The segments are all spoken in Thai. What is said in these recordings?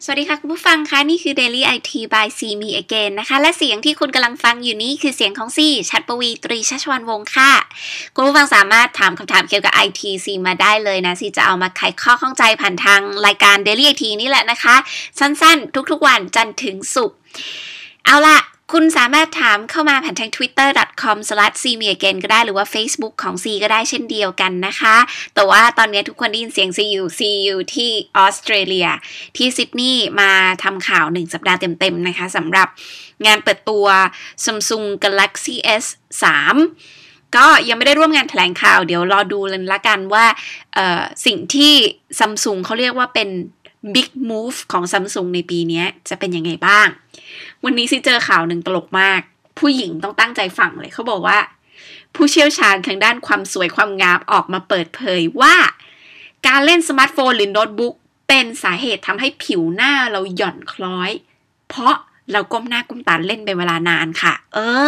สวัสดีค่ะคุณผู้ฟังคะนี่คือ Daily IT by See Me Again นะคะและเสียงที่คุณกำลังฟังอยู่นี้คือเสียงของซีชัดปวีตรีชัชวรรณวงศ์ค่ะคุณผู้ฟังสามารถถามคำถามเกี่ยวกับ IT ซีมาได้เลยนะซีจะเอามาไขข้อข้องใจผ่านทางรายการ Daily IT นี่แหละนะคะสั้นๆทุกๆวันจันทร์ถึงศุกร์เอาล่ะคุณสามารถถามเข้ามาผ่านทาง twitter.com/cmeagain ก็ได้หรือว่า Facebook ของซีก็ได้เช่นเดียวกันนะคะแต่ว่าตอนนี้ทุกคนได้ยินเสียงซีอยู่ที่ออสเตรเลียที่ซิดนีย์มาทำข่าว1สัปดาห์เต็มๆนะคะสำหรับงานเปิดตัว Samsung Galaxy S3 ก็ยังไม่ได้ร่วมงานแถลงข่าวเดี๋ยวรอดูเลยละกันว่าสิ่งที่ Samsung เขาเรียกว่าเป็นBig Move ของ Samsung ในปีนี้จะเป็นยังไงบ้างวันนี้ซิเจอข่าวหนึ่งตลกมากผู้หญิงต้องตั้งใจฟังเลยเขาบอกว่าผู้เชี่ยวชาญทางด้านความสวยความงามออกมาเปิดเผยว่าการเล่นสมาร์ทโฟนหรือโน้ตบุ๊กเป็นสาเหตุทำให้ผิวหน้าเราหย่อนคล้อยเพราะเราก้มหน้าก้มตาเล่นเป็นเวลานานค่ะ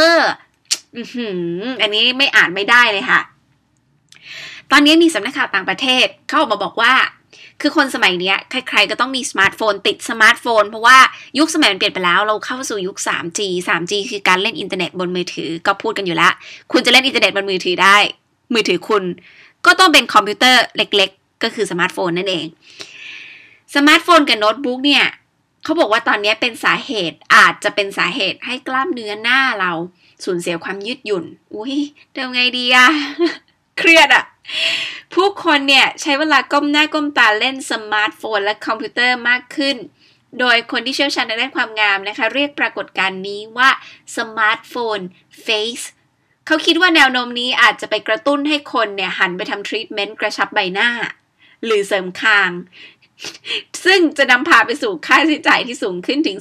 อันนี้ไม่อ่านไม่ได้เลยค่ะตอนนี้มีสำนักข่าวต่างประเทศเขาออกมาบอกว่าคือคนสมัยนี้ใครๆก็ต้องมีสมาร์ทโฟนติดสมาร์ทโฟนเพราะว่ายุคสมัยมันเปลี่ยนไปแล้วเราเข้าสู่ยุค 3G คือการเล่นอินเทอร์เน็ตบนมือถือก็พูดกันอยู่แล้วคุณจะเล่นอินเทอร์เน็ตบนมือถือได้มือถือคุณก็ต้องเป็นคอมพิวเตอร์เล็กๆก็คือสมาร์ทโฟนนั่นเองสมาร์ทโฟนกับโน้ตบุ๊กเนี่ยเขาบอกว่าตอนนี้เป็นสาเหตุอาจจะเป็นสาเหตุให้กล้ามเนื้อหน้าเราสูญเสียความยืดหยุ่นอุ้ยทำไงดีอะเครียดอะผู้คนเนี่ยใช้เวลาก้มหน้าก้มตาเล่นสมาร์ทโฟนและคอมพิวเตอร์มากขึ้นโดยคนที่เชี่ยวชาญในด้านความงามนะคะเรียกปรากฏการณ์นี้ว่าสมาร์ทโฟนเฟซเขาคิดว่าแนวโน้มนี้อาจจะไปกระตุ้นให้คนเนี่ยหันไปทำทรีทเมนต์กระชับใบหน้าหรือเสริมคางซึ่งจะนำพาไปสู่ค่าใช้จ่ายที่สูงขึ้นถึง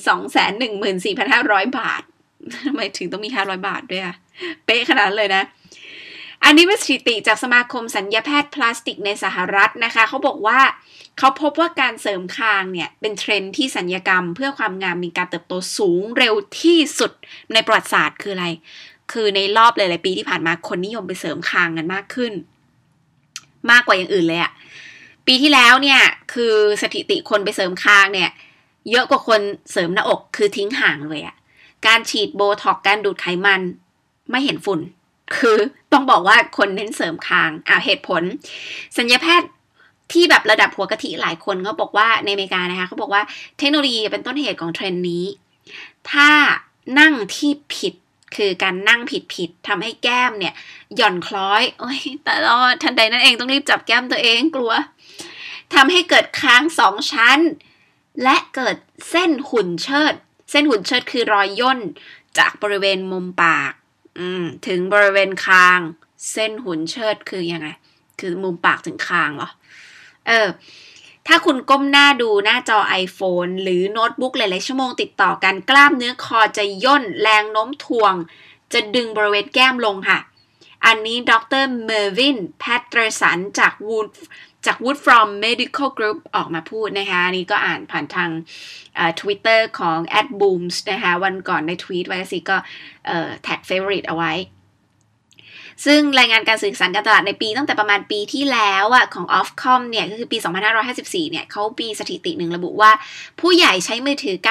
214,500 บาททำไมถึงต้องมี500 บาทด้วยอะเป๊ะขนาดนั้นเลยนะอันนี้เป็นสถิติจากสมาคมศัลยแพทย์พลาสติกในสหรัฐนะคะเขาบอกว่าเขาพบว่าการเสริมคางเนี่ยเป็นเทรนด์ที่ศัลยกรรมเพื่อความงามมีการเติบโตสูงเร็วที่สุดในประวัติศาสตร์คืออะไรคือในรอบหลายๆปีที่ผ่านมาคนนิยมไปเสริมคางกันมากขึ้นมากกว่าอย่างอื่นเลยอะปีที่แล้วเนี่ยคือสถิติคนไปเสริมคางเนี่ยเยอะกว่าคนเสริมหน้าอกคือทิ้งห่างเลยอะการฉีดโบท็อกซ์การดูดไขมันไม่เห็นฝุ่นคือต้องบอกว่าคนเน้นเสริมคางเหตุผลศัลยแพทย์ที่แบบระดับหัวกะทิหลายคนก็บอกว่าในอเมริกานะคะเขาบอกว่าเทคโนโลยีเป็นต้นเหตุของเทรนด์นี้ถ้านั่งที่ผิดคือการนั่งผิดทำให้แก้มเนี่ยหย่อนคล้อยโอ้ยแต่แล้วทันใดนั้นเองต้องรีบจับแก้มตัวเองกลัวทำให้เกิดคาง2 ชั้นและเกิดเส้นหุ่นเชิดคือรอยย่นจากบริเวณมุมปากถึงบริเวณคางเส้นหุ่นเชิดคือยังไงคือมุมปากถึงคางเหรอถ้าคุณก้มหน้าดูหน้าจอ iPhone หรือโน้ตบุ๊กหลายๆชั่วโมงติดต่อกันกล้ามเนื้อคอจะย่นแรงโน้มถ่วงจะดึงบริเวณแก้มลงค่ะอันนี้ดร. เมอร์วิน แพตเตอร์สันจาก Wood from Medical Group ออกมาพูดนะคะอันนี้ก็อ่านผ่านทางTwitter ของ @booms นะคะวันก่อนในทวีตไว้สิก็แท็ก favorite เอาไว้ซึ่งรายงานการสื่อสารการตลาดในปีตั้งแต่ประมาณปีที่แล้วของ Ofcom เนี่ยก็คือปี 2554 เนี่ยเขาปีสถิติหนึ่งระบุว่าผู้ใหญ่ใช้มือถือ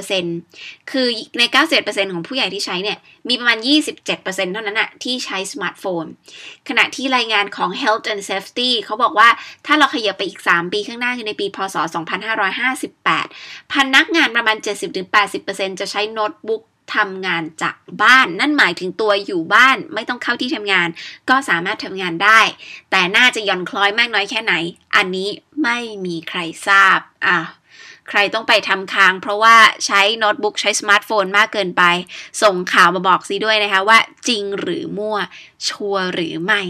91% คือใน 91% ของผู้ใหญ่ที่ใช้เนี่ยมีประมาณ 27% เท่านั้นที่ใช้สมาร์ทโฟนขณะที่รายงานของ Health and Safety เขาบอกว่าถ้าเราขยับไปอีก3 ปีข้างหน้าคือในปีพ.ศ. 2558 พนักงานประมาณ 70-80% จะใช้โน้ตบุ๊กทำงานจากบ้านนั่นหมายถึงตัวอยู่บ้านไม่ต้องเข้าที่ทำงานก็สามารถทำงานได้แต่น่าจะหย่อนคล้อยมากน้อยแค่ไหนอันนี้ไม่มีใครทราบใครต้องไปทำคางเพราะว่าใช้โน้ตบุ๊กใช้สมาร์ทโฟนมากเกินไปส่งข่าวมาบอกซิด้วยนะคะว่าจริงหรือมั่วชัวร์หรือไม่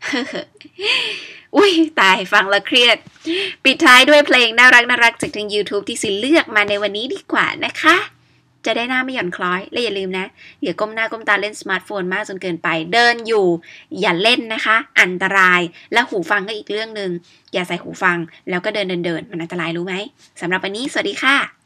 อุ้ยตายฟังแล้วเครียดปิดท้ายด้วยเพลงน่ารักจากทาง YouTube ที่สิเลือกมาในวันนี้ดีกว่านะคะจะได้หน้าไม่หย่อนคล้อยและอย่าลืมนะอย่าก้มหน้าก้มตาเล่นสมาร์ทโฟนมากจนเกินไปเดินอยู่อย่าเล่นนะคะอันตรายและหูฟังก็อีกเรื่องนึงอย่าใส่หูฟังแล้วก็เดินมันอันตรายรู้ไหมสำหรับวันนี้สวัสดีค่ะ